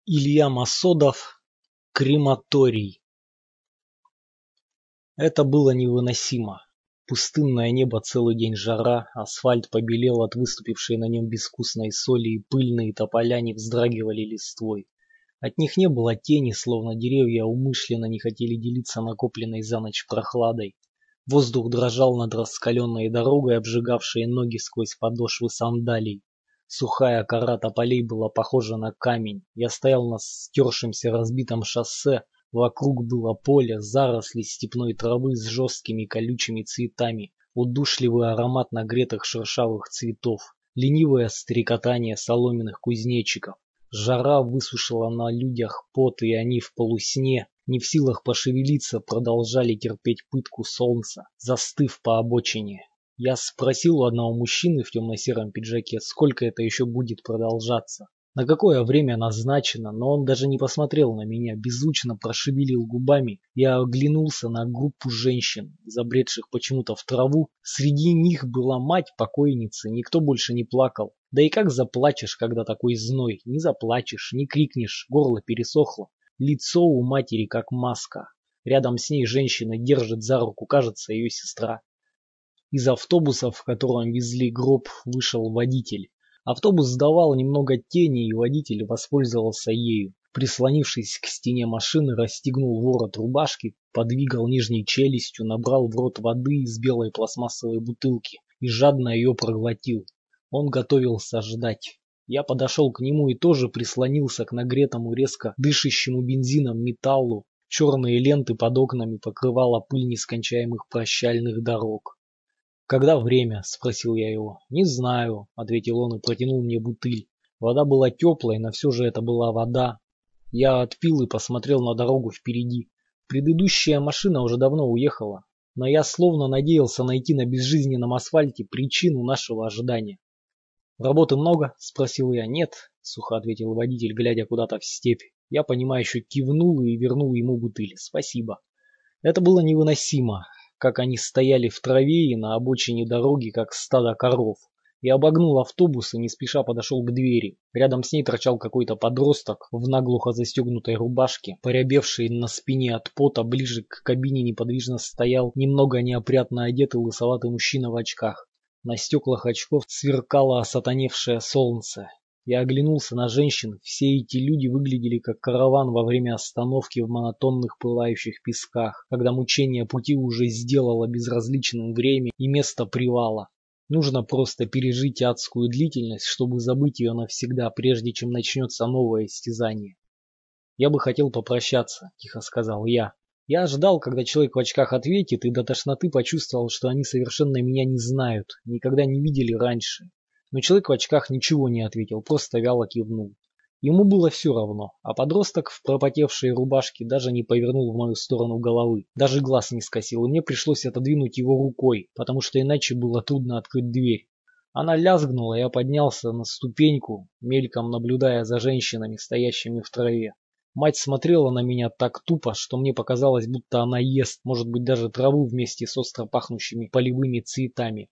Илья Масодов. Крематорий. Это было невыносимо. Пустынное небо, целый день жара, асфальт побелел от выступившей на нем безвкусной соли, и пыльные тополя не вздрагивали листвой. От них не было тени, словно деревья умышленно не хотели делиться накопленной за ночь прохладой. Воздух дрожал над раскаленной дорогой, обжигавшей ноги сквозь подошвы сандалий. Сухая кора тополей была похожа на камень. Я стоял на стершемся разбитом шоссе. Вокруг было поле, заросли степной травы с жесткими колючими цветами, удушливый аромат нагретых шершавых цветов, ленивое стрекотание соломенных кузнечиков. Жара высушила на людях пот, и они в полусне, не в силах пошевелиться, продолжали терпеть пытку солнца, застыв по обочине. Я спросил у одного мужчины в темно-сером пиджаке, сколько это еще будет продолжаться, на какое время назначено, но он даже не посмотрел на меня, беззвучно прошевелил губами. Я оглянулся на группу женщин, забредших почему-то в траву. Среди них была мать покойницы, никто больше не плакал. Да и как заплачешь, когда такой зной? Не заплачешь, не крикнешь, горло пересохло. Лицо у матери как маска. Рядом с ней женщина держит за руку, кажется, ее сестра. Из автобуса, в котором везли гроб, вышел водитель. Автобус давал немного тени, и водитель воспользовался ею. Прислонившись к стене машины, расстегнул ворот рубашки, подвигал нижней челюстью, набрал в рот воды из белой пластмассовой бутылки и жадно ее проглотил. Он готовился ждать. Я подошел к нему и тоже прислонился к нагретому, резко дышащему бензином металлу. Черные ленты под окнами покрывала пыль нескончаемых прощальных дорог. «Когда время?» – спросил я его. «Не знаю», – ответил он и протянул мне бутыль. Вода была теплой, но все же это была вода. Я отпил и посмотрел на дорогу впереди. Предыдущая машина уже давно уехала, но я словно надеялся найти на безжизненном асфальте причину нашего ожидания. «Работы много?» – спросил я. «Нет», – сухо ответил водитель, глядя куда-то в степь. Я понимающе кивнул и вернул ему бутыль. «Спасибо». Это было невыносимо. Как они стояли в траве и на обочине дороги, как стадо коров. Я обогнул автобус и не спеша подошел к двери. Рядом с ней торчал какой-то подросток в наглухо застегнутой рубашке, порябевший на спине от пота. Ближе к кабине неподвижно стоял немного неопрятно одетый лысоватый мужчина в очках. На стеклах очков сверкало осатаневшее солнце. Я оглянулся на женщин. Все эти люди выглядели как караван во время остановки в монотонных пылающих песках, когда мучение пути уже сделало безразличным время и место привала. Нужно просто пережить адскую длительность, чтобы забыть ее навсегда, прежде чем начнется новое истязание. «Я бы хотел попрощаться», – тихо сказал я. Я ждал, когда человек в очках ответит, и до тошноты почувствовал, что они совершенно меня не знают, никогда не видели раньше. Но человек в очках ничего не ответил, просто вяло кивнул. Ему было все равно, а подросток в пропотевшей рубашке даже не повернул в мою сторону головы, даже глаз не скосил, и мне пришлось отодвинуть его рукой, потому что иначе было трудно открыть дверь. Она лязгнула, я поднялся на ступеньку, мельком наблюдая за женщинами, стоящими в траве. Мать смотрела на меня так тупо, что мне показалось, будто она ест, может быть, даже траву вместе с остро пахнущими полевыми цветами.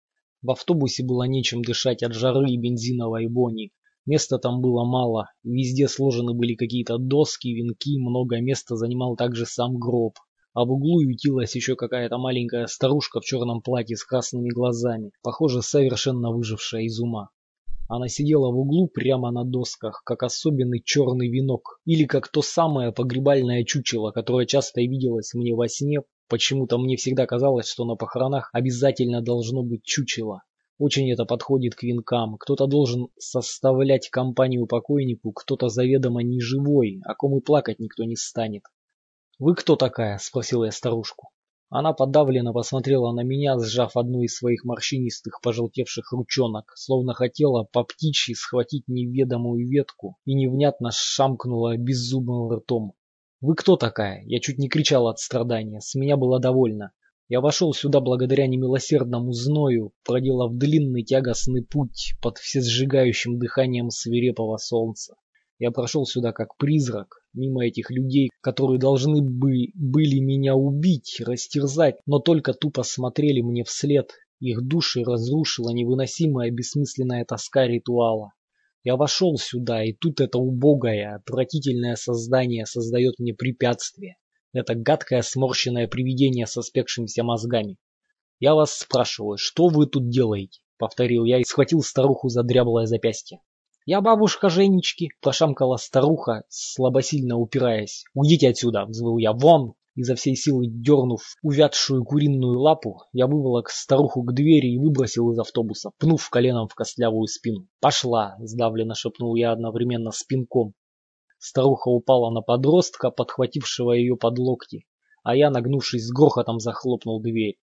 В автобусе было нечем дышать от жары и бензиновой вони. Места там было мало, везде сложены были какие-то доски, венки, много места занимал также сам гроб. А в углу ютилась еще какая-то маленькая старушка в черном платье с красными глазами, похоже, совершенно выжившая из ума. Она сидела в углу прямо на досках, как особенный черный венок, или как то самое погребальное чучело, которое часто виделось мне во сне. Почему-то мне всегда казалось, что на похоронах обязательно должно быть чучело. Очень это подходит к венкам. Кто-то должен составлять компанию покойнику, кто-то заведомо не живой, о ком и плакать никто не станет. «Вы кто такая?» – спросил я старушку. Она подавленно посмотрела на меня, сжав одну из своих морщинистых пожелтевших ручонок, словно хотела по птичьи схватить неведомую ветку, и невнятно шамкнула беззубым ртом. «Вы кто такая?» Я чуть не кричал от страдания, с меня было довольно. Я вошел сюда благодаря немилосердному зною, проделав длинный тягостный путь под всесжигающим дыханием свирепого солнца. Я прошел сюда как призрак, мимо этих людей, которые должны были меня убить, растерзать, но только тупо смотрели мне вслед. Их души разрушила невыносимая бессмысленная тоска ритуала. Я вошел сюда, и тут это убогое, отвратительное создание создает мне препятствие. Это гадкое сморщенное привидение со спекшимися мозгами. Я вас спрашиваю, что вы тут делаете? Повторил я и схватил старуху за дряблое запястье. Я бабушка Женечки, прошамкала старуха, слабосильно упираясь. Уйдите отсюда, взвыл я, вон! Изо всей силы дернув увядшую куриную лапу, я выволок старуху к двери и выбросил из автобуса, пнув коленом в костлявую спину. «Пошла!» – сдавленно шепнул я одновременно с пинком. Старуха упала на подростка, подхватившего ее под локти, а я, нагнувшись с грохотом, захлопнул дверь.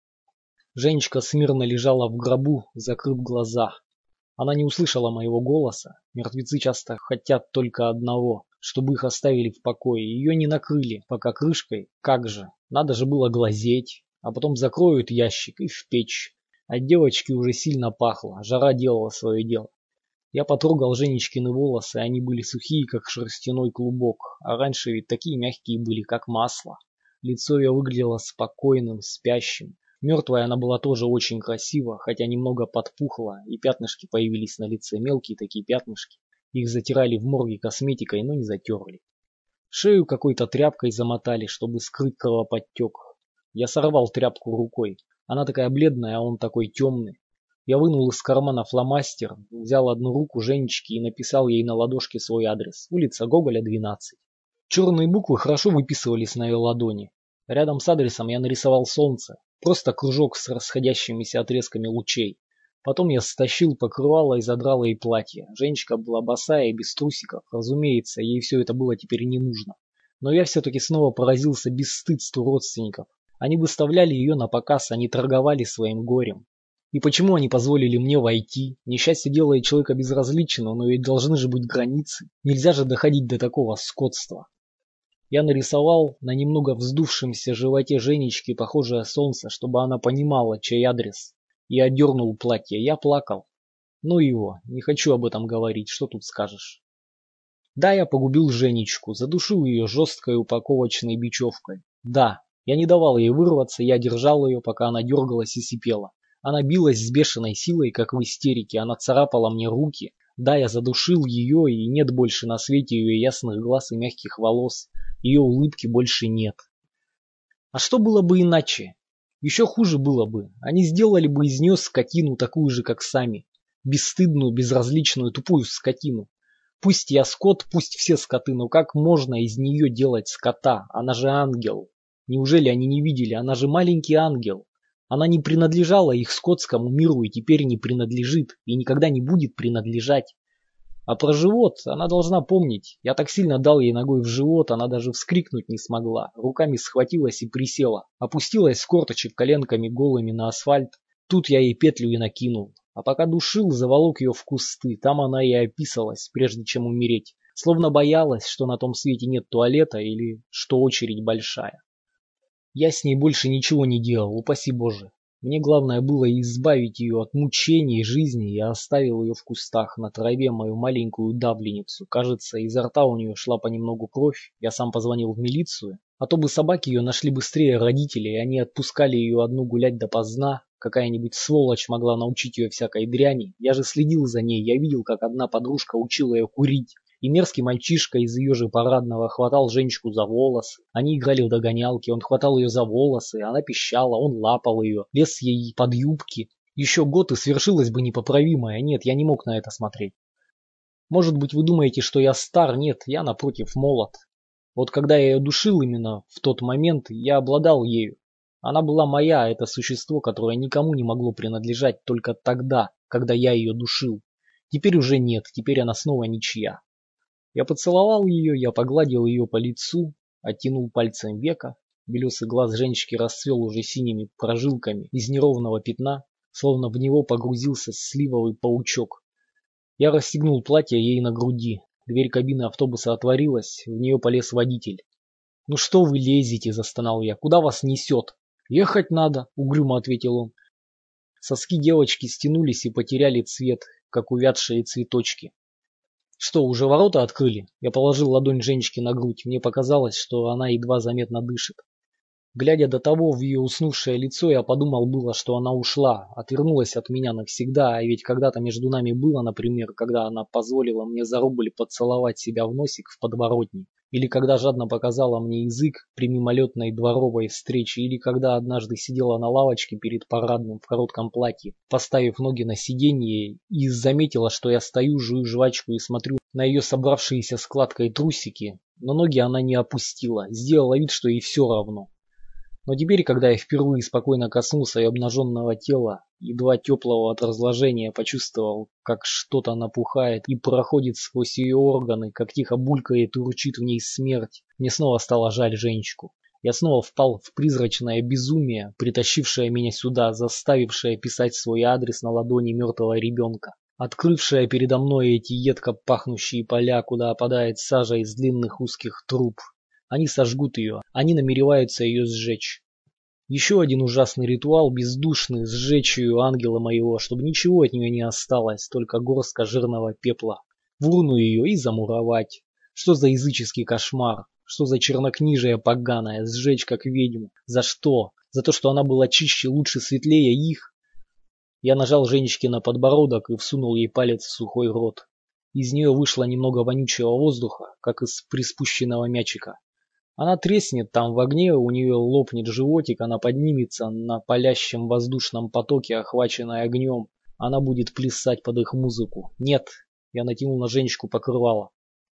Женечка смирно лежала в гробу, закрыв глаза. Она не услышала моего голоса. Мертвецы часто хотят только одного, чтобы их оставили в покое. Ее не накрыли, пока крышкой. Как же, надо же было глазеть. А потом закроют ящик и в печь. От девочки уже сильно пахло, жара делала свое дело. Я потрогал Женечкины волосы, они были сухие, как шерстяной клубок. А раньше ведь такие мягкие были, как масло. Лицо ее выглядело спокойным, спящим. Мертвая она была тоже очень красива, хотя немного подпухла, и пятнышки появились на лице, мелкие такие пятнышки. Их затирали в морге косметикой, но не затерли. Шею какой-то тряпкой замотали, чтобы скрыть кровоподтек. Я сорвал тряпку рукой. Она такая бледная, а он такой темный. Я вынул из кармана фломастер, взял одну руку Женечки и написал ей на ладошке свой адрес. Улица Гоголя, 12. Черные буквы хорошо выписывались на ее ладони. Рядом с адресом я нарисовал солнце. Просто кружок с расходящимися отрезками лучей. Потом я стащил покрывало и задрал ей платье. Женечка была босая и без трусиков. Разумеется, ей все это было теперь не нужно. Но я все-таки снова поразился бесстыдству родственников. Они выставляли ее на показ, они торговали своим горем. И почему они позволили мне войти? Несчастье делает человека безразличным, но ведь должны же быть границы. Нельзя же доходить до такого скотства. Я нарисовал на немного вздувшемся животе Женечки похожее солнце, чтобы она понимала, чей адрес. И одернул платье. Я плакал. Ну его, не хочу об этом говорить, что тут скажешь. Да, я погубил Женечку, задушил ее жесткой упаковочной бечевкой. Да, я не давал ей вырваться, я держал ее, пока она дергалась и сипела. Она билась с бешеной силой, как в истерике, она царапала мне руки. Да, я задушил ее, и нет больше на свете ее ясных глаз и мягких волос. Ее улыбки больше нет. А что было бы иначе? Еще хуже было бы. Они сделали бы из нее скотину, такую же, как сами. Бесстыдную, безразличную, тупую скотину. Пусть я скот, пусть все скоты, но как можно из нее делать скота? Она же ангел. Неужели они не видели? Она же маленький ангел. Она не принадлежала их скотскому миру и теперь не принадлежит, и никогда не будет принадлежать. А про живот она должна помнить. Я так сильно дал ей ногой в живот, она даже вскрикнуть не смогла. Руками схватилась и присела. Опустилась с корточек коленками голыми на асфальт. Тут я ей петлю и накинул. А пока душил, заволок ее в кусты. Там она и описалась, прежде чем умереть. Словно боялась, что на том свете нет туалета или что очередь большая. Я с ней больше ничего не делал, упаси Боже. Мне главное было избавить ее от мучений жизни. Я оставил ее в кустах, на траве, мою маленькую давленницу. Кажется, изо рта у нее шла понемногу кровь. Я сам позвонил в милицию. А то бы собаки ее нашли быстрее родителей, и они отпускали ее одну гулять допоздна. Какая-нибудь сволочь могла научить ее всякой дряни. Я же следил за ней, я видел, как одна подружка учила ее курить. И мерзкий мальчишка из ее же парадного хватал Женечку за волосы. Они играли в догонялки, он хватал ее за волосы, она пищала, он лапал ее, лез ей под юбки. Еще год и свершилось бы непоправимое. Нет, я не мог на это смотреть. Может быть, вы думаете, что я стар? Нет, я, напротив, молод. Вот когда я ее душил именно в тот момент, я обладал ею. Она была моя, это существо, которое никому не могло принадлежать только тогда, когда я ее душил. Теперь уже нет, теперь она снова ничья. Я поцеловал ее, я погладил ее по лицу, оттянул пальцем века. Белесый глаз Женечки расцвел уже синими прожилками из неровного пятна, словно в него погрузился сливовый паучок. Я расстегнул платье ей на груди. Дверь кабины автобуса отворилась, в нее полез водитель. «Ну что вы лезете?» – застонал я. «Куда вас несет?» «Ехать надо», – угрюмо ответил он. Соски девочки стянулись и потеряли цвет, как увядшие цветочки. «Что, уже ворота открыли?» Я положил ладонь Женечке на грудь. Мне показалось, что она едва заметно дышит. Глядя до того в ее уснувшее лицо, я подумал было, что она ушла, отвернулась от меня навсегда, а ведь когда-то между нами было, например, когда она позволила мне за рубль поцеловать себя в носик в подворотне, или когда жадно показала мне язык при мимолетной дворовой встрече, или когда однажды сидела на лавочке перед парадным в коротком платье, поставив ноги на сиденье, и заметила, что я стою, жую жвачку и смотрю на ее собравшиеся складкой трусики, но ноги она не опустила, сделала вид, что ей все равно. Но теперь, когда я впервые спокойно коснулся ее обнаженного тела, едва теплого от разложения, почувствовал, как что-то напухает и проходит сквозь ее органы, как тихо булькает и урчит в ней смерть, мне снова стало жаль Женечку. Я снова впал в призрачное безумие, притащившее меня сюда, заставившее писать свой адрес на ладони мертвого ребенка, открывшее передо мной эти едко пахнущие поля, куда опадает сажа из длинных узких труб. Они сожгут ее, они намереваются ее сжечь. Еще один ужасный ритуал, бездушный, сжечь ее ангела моего, чтобы ничего от нее не осталось, только горстка жирного пепла. В урну ее и замуровать. Что за языческий кошмар? Что за чернокнижие поганое, сжечь как ведьму? За что? За то, что она была чище, лучше, светлее их? Я нажал Женечке на подбородок и всунул ей палец в сухой рот. Из нее вышло немного вонючего воздуха, как из приспущенного мячика. Она треснет там в огне, у нее лопнет животик, она поднимется на палящем воздушном потоке, охваченной огнем. Она будет плясать под их музыку. Нет, я натянул на Женечку покрывало.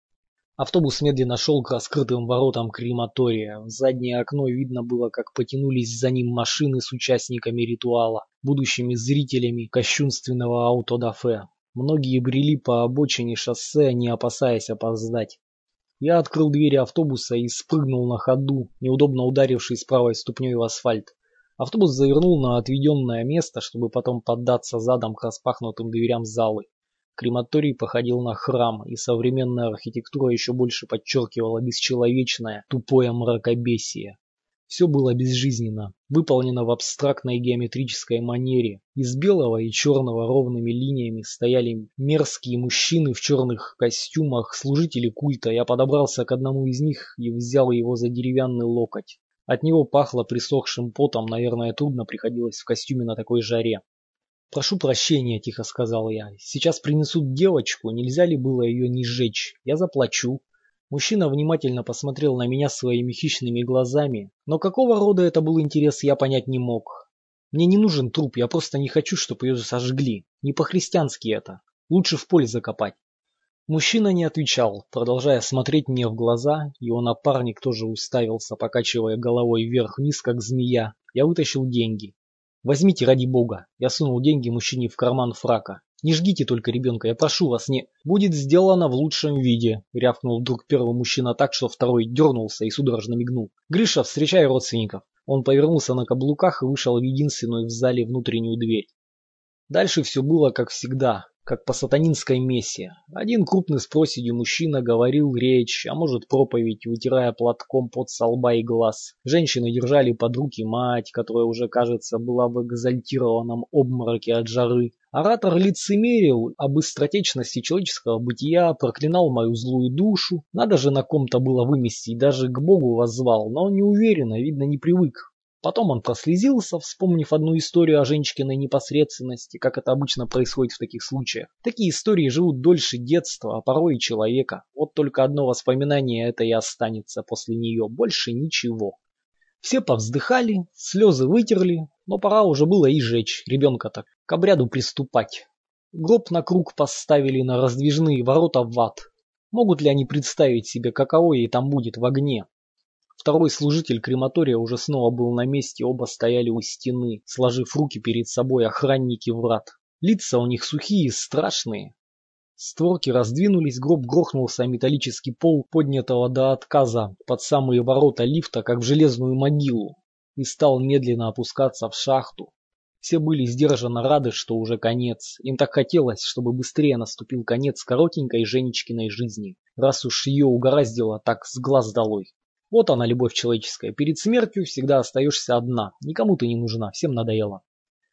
Автобус медленно шел к раскрытым воротам крематория. В заднее окно видно было, как потянулись за ним машины с участниками ритуала, будущими зрителями кощунственного аутодафе. Многие брели по обочине шоссе, не опасаясь опоздать. Я открыл двери автобуса и спрыгнул на ходу, неудобно ударившись правой ступней в асфальт. Автобус завернул на отведенное место, чтобы потом поддаться задом к распахнутым дверям залы. Крематорий походил на храм, и современная архитектура еще больше подчеркивала бесчеловечное, тупое мракобесие. Все было безжизненно, выполнено в абстрактной геометрической манере. Из белого и черного ровными линиями стояли мерзкие мужчины в черных костюмах, служители культа. Я подобрался к одному из них и взял его за деревянный локоть. От него пахло присохшим потом, наверное, трудно приходилось в костюме на такой жаре. «Прошу прощения», — тихо сказал я. «Сейчас принесут девочку, нельзя ли было ее не сжечь? Я заплачу». Мужчина внимательно посмотрел на меня своими хищными глазами, но какого рода это был интерес, я понять не мог. «Мне не нужен труп, я просто не хочу, чтобы ее сожгли. Не по-христиански это. Лучше в поле закопать». Мужчина не отвечал, продолжая смотреть мне в глаза, его напарник тоже уставился, покачивая головой вверх-вниз, как змея. Я вытащил деньги. «Возьмите, ради бога». Я сунул деньги мужчине в карман фрака. «Не жгите только ребенка, я прошу вас, не...» «Будет сделано в лучшем виде», — рявкнул вдруг первый мужчина так, что второй дернулся и судорожно мигнул. «Гриша, встречай родственников». Он повернулся на каблуках и вышел в единственную в зале внутреннюю дверь. Дальше все было как всегда, как по сатанинской мессе. Один крупный с проседью мужчина говорил речь, а может проповедь, вытирая платком пот со лба и глаз. Женщины держали под руки мать, которая уже, кажется, была в экзальтированном обмороке от жары. Оратор лицемерил об быстротечности человеческого бытия, проклинал мою злую душу. Надо же на ком-то было выместить, даже к Богу воззвал, но неуверенно, видно, не привык. Потом он прослезился, вспомнив одну историю о Женечкиной непосредственности, как это обычно происходит в таких случаях. Такие истории живут дольше детства, а порой и человека. Вот только одно воспоминание это и останется после нее, больше ничего. Все повздыхали, слезы вытерли, но пора уже было и жечь, ребенка-то, к обряду приступать. Гроб на круг поставили на раздвижные ворота в ад. Могут ли они представить себе, каково ей там будет в огне? Второй служитель крематория уже снова был на месте, оба стояли у стены, сложив руки перед собой, охранники врат. Лица у них сухие, страшные. Створки раздвинулись, гроб грохнулся о металлический пол, поднятого до отказа под самые ворота лифта, как в железную могилу, и стал медленно опускаться в шахту. Все были сдержанно рады, что уже конец. Им так хотелось, чтобы быстрее наступил конец коротенькой Женечкиной жизни, раз уж ее угораздило так с глаз долой. Вот она, любовь человеческая. Перед смертью всегда остаешься одна. Никому ты не нужна, всем надоело.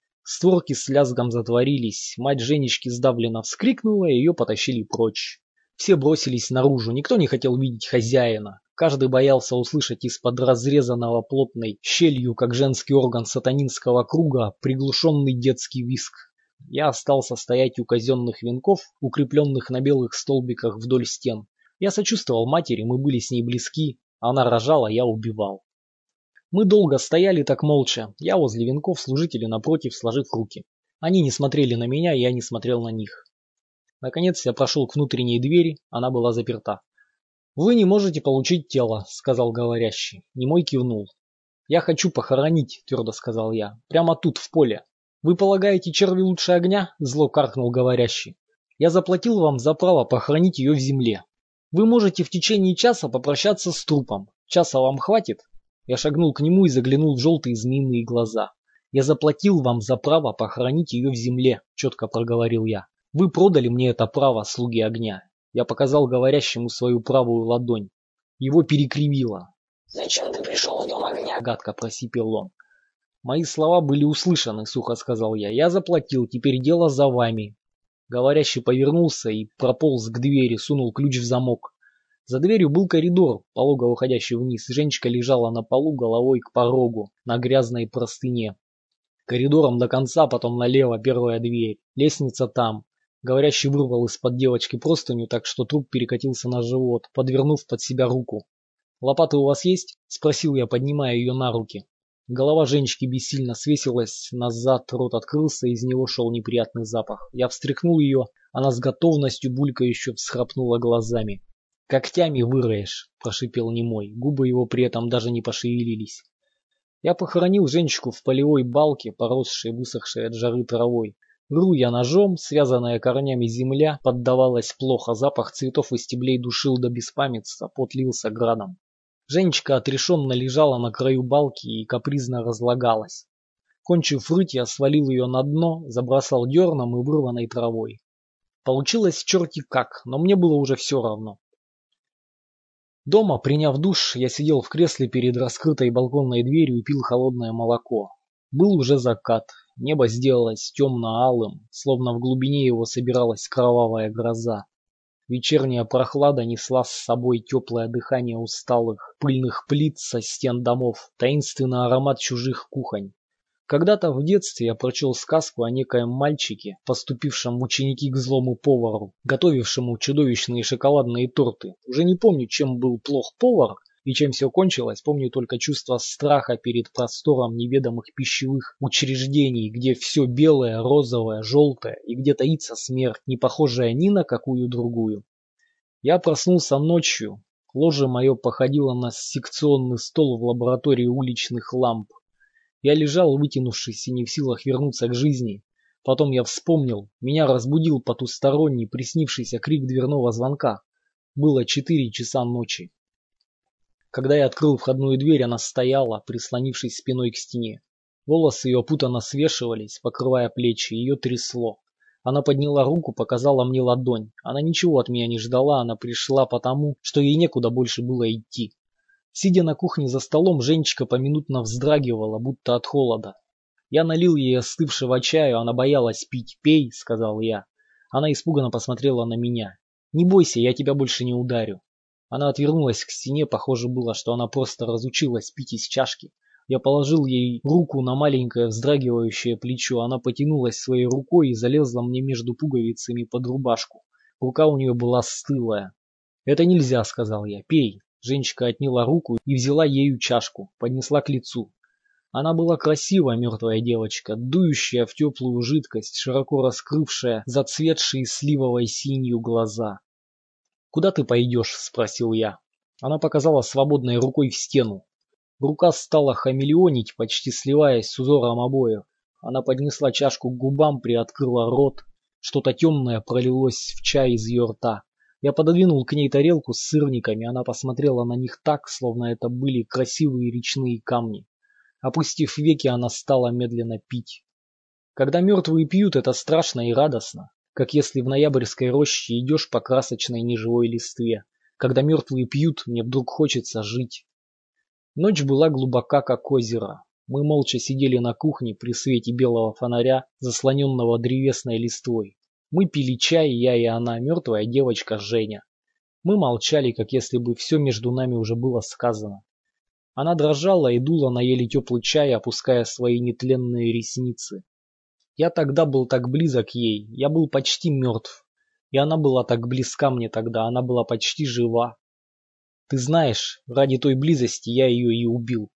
Створки с лязгом затворились. Мать Женечки сдавленно вскрикнула, и ее потащили прочь. Все бросились наружу, никто не хотел видеть хозяина. Каждый боялся услышать из-под разрезанного плотной щелью, как женский орган сатанинского круга, приглушенный детский визг. Я остался стоять у казенных венков, укрепленных на белых столбиках вдоль стен. Я сочувствовал матери, мы были с ней близки. Она рожала, я убивал. Мы долго стояли так молча. Я возле венков, служители напротив, сложив руки. Они не смотрели на меня, я не смотрел на них. Наконец я прошел к внутренней двери, она была заперта. «Вы не можете получить тело», — сказал говорящий. Немой кивнул. «Я хочу похоронить», — твердо сказал я. «Прямо тут, в поле». «Вы полагаете, черви лучше огня?» — зло каркнул говорящий. «Я заплатил вам за право похоронить ее в земле. Вы можете в течение часа попрощаться с трупом. Часа вам хватит?» Я шагнул к нему и заглянул в желтые змеиные глаза. «Я заплатил вам за право похоронить ее в земле», — четко проговорил я. «Вы продали мне это право, слуги огня». Я показал говорящему свою правую ладонь. Его перекривило. «Зачем ты пришел в дом огня?» — гадко просипел он. «Мои слова были услышаны», — сухо сказал я. «Я заплатил, теперь дело за вами». Говорящий повернулся и прополз к двери, сунул ключ в замок. За дверью был коридор, полого уходящий вниз. Женщина лежала на полу головой к порогу, на грязной простыне. Коридором до конца, потом налево, первая дверь. Лестница там. Говорящий вырвал из-под девочки простыню, так что труп перекатился на живот, подвернув под себя руку. «Лопаты у вас есть?» — спросил я, поднимая ее на руки. Голова женщины бессильно свесилась назад, рот открылся, из него шел неприятный запах. Я встряхнул ее, она с готовностью булькающе всхрапнула глазами. «Когтями выроешь», — прошипел немой, губы его при этом даже не пошевелились. Я похоронил женщину в полевой балке, поросшей высохшей от жары травой. Рыл я ножом, связанная корнями земля, поддавалась плохо, запах цветов и стеблей душил до беспамятства, пот лился градом. Женечка отрешенно лежала на краю балки и капризно разлагалась. Кончив рыть, я свалил ее на дно, забросал дерном и вырванной травой. Получилось черти как, но мне было уже все равно. Дома, приняв душ, я сидел в кресле перед раскрытой балконной дверью и пил холодное молоко. Был уже закат, небо сделалось темно-алым, словно в глубине его собиралась кровавая гроза. Вечерняя прохлада несла с собой теплое дыхание усталых пыльных плит со стен домов, таинственный аромат чужих кухонь. Когда-то в детстве я прочел сказку о некоем мальчике, поступившем в ученики к злому повару, готовившему чудовищные шоколадные торты. Уже не помню, чем был плох повар и чем все кончилось, помню только чувство страха перед простором неведомых пищевых учреждений, где все белое, розовое, желтое и где таится смерть, не похожая ни на какую другую. Я проснулся ночью. Ложе мое походило на секционный стол в лаборатории уличных ламп. Я лежал, вытянувшись и не в силах вернуться к жизни. Потом я вспомнил, меня разбудил потусторонний, приснившийся крик дверного звонка. Было 4 часа ночи. Когда я открыл входную дверь, она стояла, прислонившись спиной к стене. Волосы ее путанно свешивались, покрывая плечи, ее трясло. Она подняла руку, показала мне ладонь. Она ничего от меня не ждала, она пришла потому, что ей некуда больше было идти. Сидя на кухне за столом, Женечка поминутно вздрагивала, будто от холода. Я налил ей остывшего чаю, она боялась пить. «Пей», — сказал я. Она испуганно посмотрела на меня. «Не бойся, я тебя больше не ударю». Она отвернулась к стене, похоже было, что она просто разучилась пить из чашки. Я положил ей руку на маленькое вздрагивающее плечо, она потянулась своей рукой и залезла мне между пуговицами под рубашку. Рука у нее была стылая. «Это нельзя», — сказал я, — «пей». Женщина отняла руку и взяла ею чашку, поднесла к лицу. Она была красивая мертвая девочка, дующая в теплую жидкость, широко раскрывшая зацветшие сливовой синью глаза. «Куда ты пойдешь?» — спросил я. Она показала свободной рукой в стену. Рука стала хамелеонить, почти сливаясь с узором обоев. Она поднесла чашку к губам, приоткрыла рот. Что-то темное пролилось в чай из ее рта. Я пододвинул к ней тарелку с сырниками, она посмотрела на них так, словно это были красивые речные камни. Опустив веки, она стала медленно пить. Когда мертвые пьют, это страшно и радостно, как если в ноябрьской роще идешь по красочной неживой листве. Когда мертвые пьют, мне вдруг хочется жить. Ночь была глубока, как озеро. Мы молча сидели на кухне при свете белого фонаря, заслоненного древесной листвой. Мы пили чай, я и она, мертвая девочка Женя. Мы молчали, как если бы все между нами уже было сказано. Она дрожала и дула на еле теплый чай, опуская свои нетленные ресницы. Я тогда был так близок ей, я был почти мертв. И она была так близка мне тогда, она была почти жива. Ты знаешь, ради той близости я ее и убил.